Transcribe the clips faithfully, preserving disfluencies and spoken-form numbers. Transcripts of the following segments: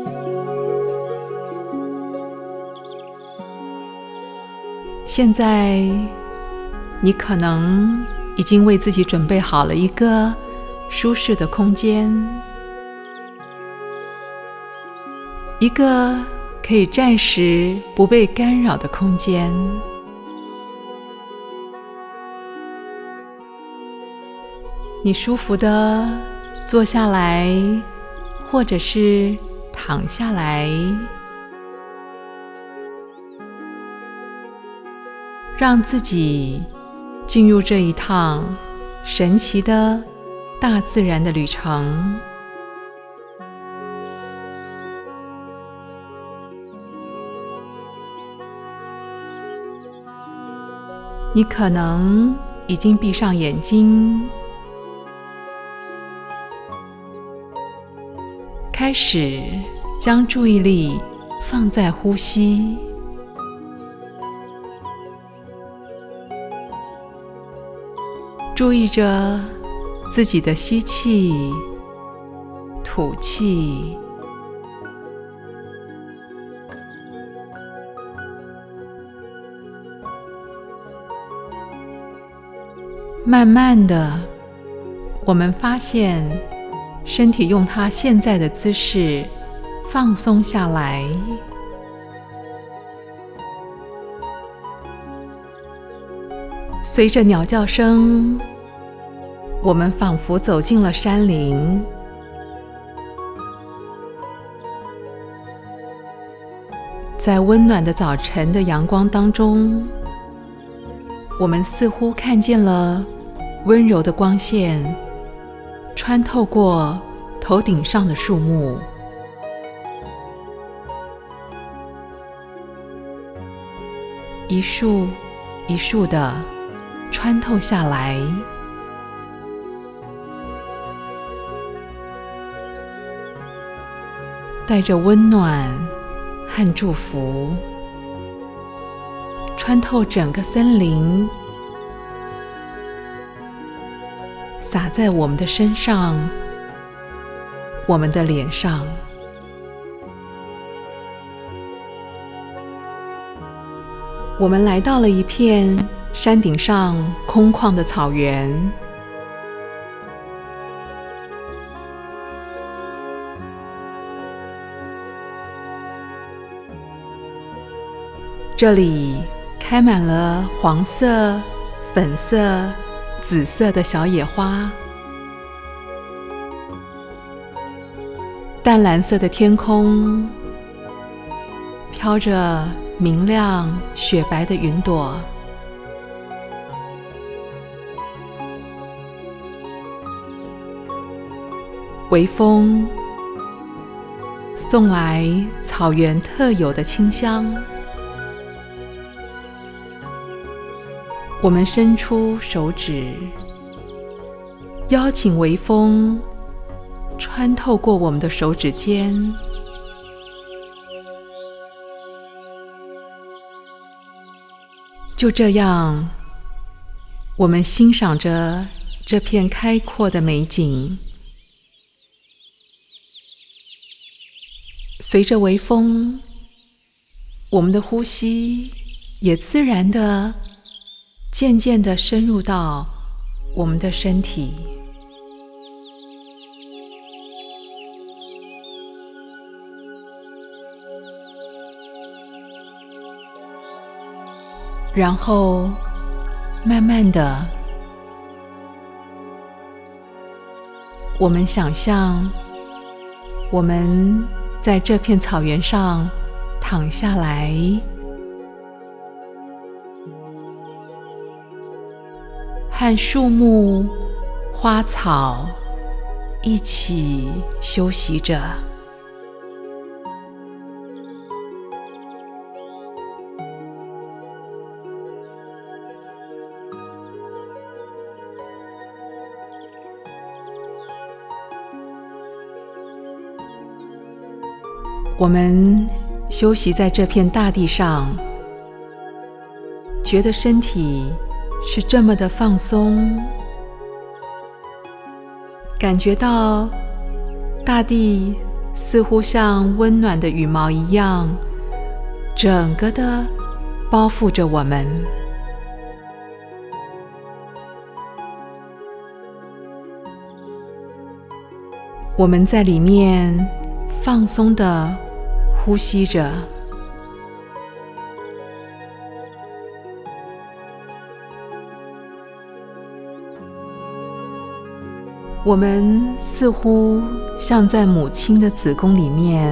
现在，你可能已经为自己准备好了一个舒适的空间，一个可以暂时不被干扰的空间。你舒服地坐下来，或者是躺下来，让自己进入这一趟神奇的大自然的旅程。你可能已经闭上眼睛，开始将注意力放在呼吸，注意着自己的吸气、吐气。慢慢的，我们发现身体用它现在的姿势放松下来，随着鸟叫声，我们仿佛走进了山林。在温暖的早晨的阳光当中，我们似乎看见了温柔的光线穿透过头顶上的树木，一束一束的穿透下来，带着温暖和祝福，穿透整个森林，洒在我们的身上，我们的脸上。我们来到了一片山顶上空旷的草原，这里开满了黄色、粉色、紫色的小野花，淡蓝色的天空飘着明亮雪白的云朵，微风送来草原特有的清香。我们伸出手指，邀请微风穿透过我们的手指间，就这样，我们欣赏着这片开阔的美景。随着微风，我们的呼吸也自然地渐渐地深入到我们的身体，然后慢慢地，我们想象我们在这片草原上躺下来，和树木、花草一起休息着。我们休息在这片大地上，觉得身体是这么的放松，感觉到大地似乎像温暖的羽毛一样，整个的包覆着我们。我们在里面放松地呼吸着，我们似乎像在母亲的子宫里面，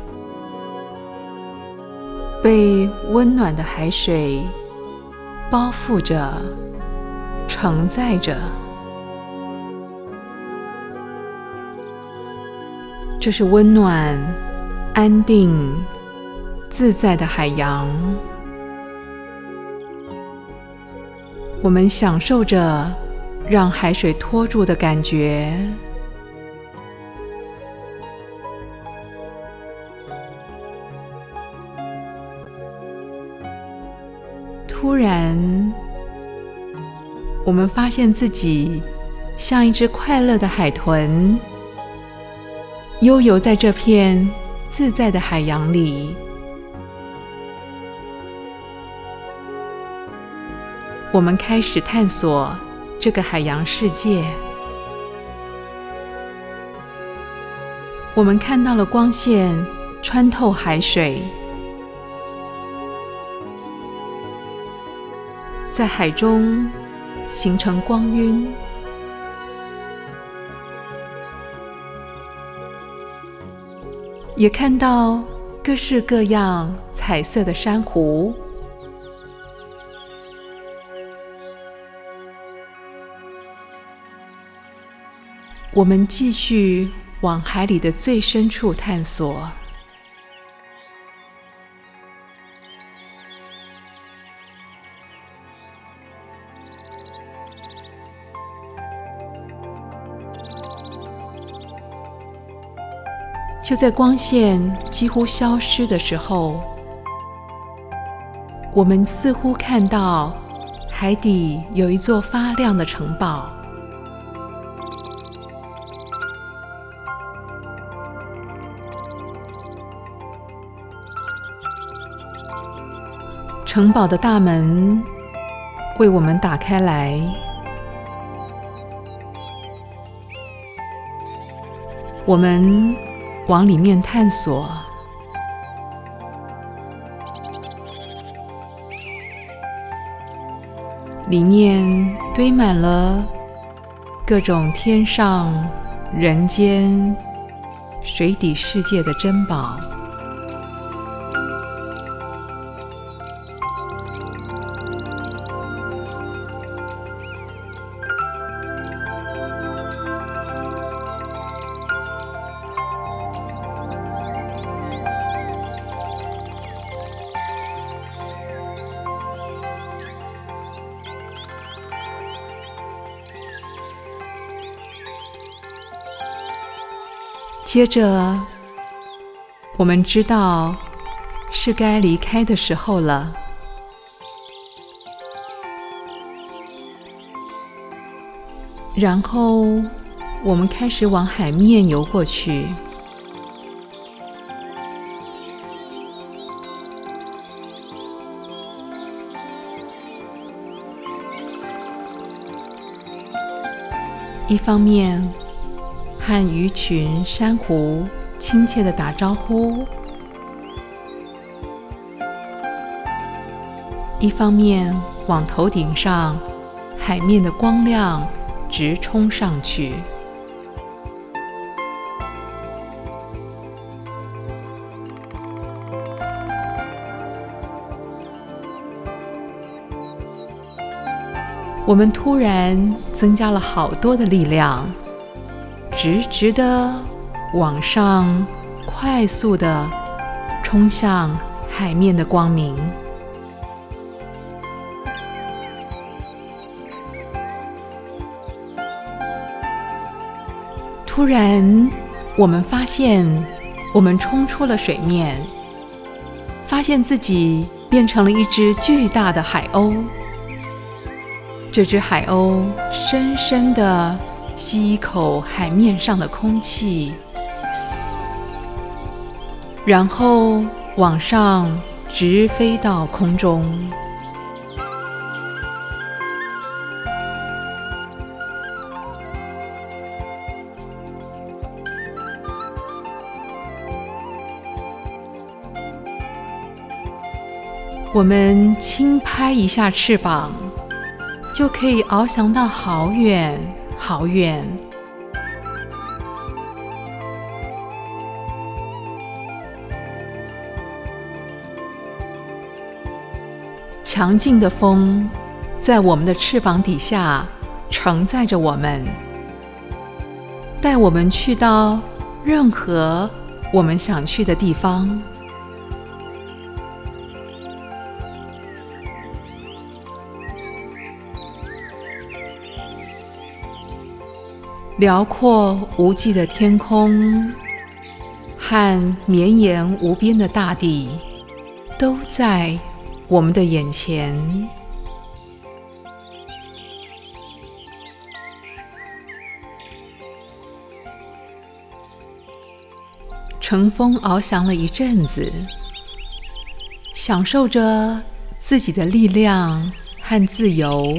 被温暖的海水包覆着，承载着。这是温暖、安定、自在的海洋。我们享受着让海水拖住的感觉。突然，我们发现自己像一只快乐的海豚，悠游在这片自在的海洋里。我们开始探索这个海洋世界。我们看到了光线穿透海水，在海中形成光晕。也看到各式各样彩色的珊瑚。我们继续往海里的最深处探索。就在光线几乎消失的时候，我们似乎看到海底有一座发亮的城堡。城堡的大门为我们打开来，我们往里面探索。里面堆满了各种天上、人间、水底世界的珍宝。接着，我们知道是该离开的时候了。然后，我们开始往海面游过去。一方面，和鱼群、珊瑚亲切地打招呼；一方面往头顶上海面的光亮直冲上去。我们突然增加了好多的力量，直直地往上，快速地冲向海面的光明。突然，我们发现，我们冲出了水面，发现自己变成了一只巨大的海鸥。这只海鸥深深地吸一口海面上的空气， 然后往上直飞到空中。我们轻拍一下翅膀，就可以翱翔到好远好远。强劲的风在我们的翅膀底下承载着我们，带我们去到任何我们想去的地方。辽阔无际的天空和绵延无边的大地都在我们的眼前。乘风翱翔了一阵子，享受着自己的力量和自由。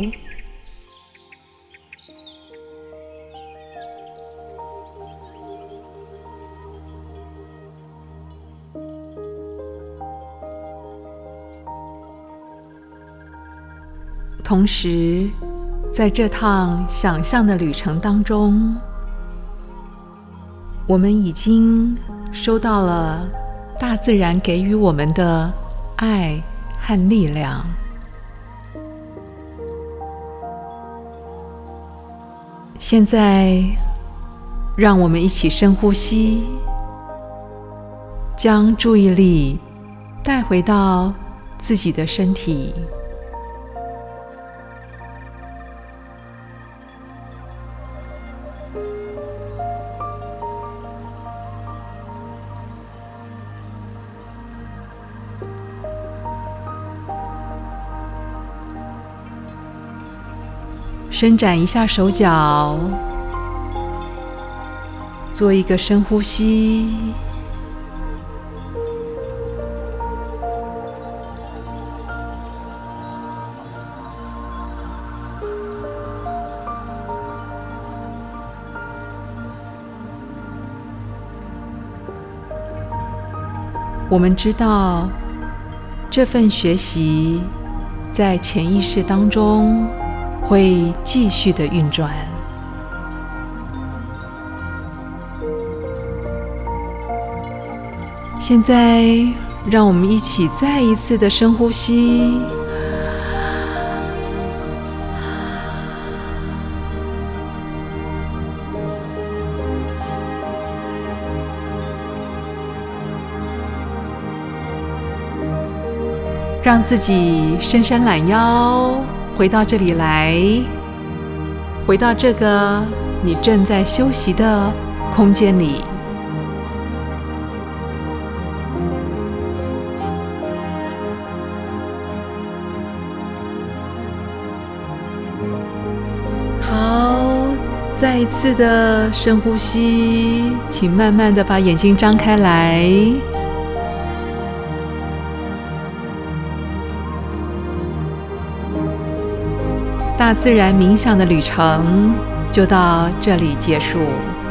同时，在这趟想象的旅程当中，我们已经收到了大自然给予我们的爱和力量。现在，让我们一起深呼吸，将注意力带回到自己的身体。伸展一下手脚，做一个深呼吸。我们知道，这份学习在潜意识当中会继续的运转。现在，让我们一起再一次的深呼吸，让自己伸伸懒腰，回到这里来，回到这个你正在休息的空间里。好，再一次的深呼吸，请慢慢的把眼睛张开来。大自然冥想的旅程就到这里结束。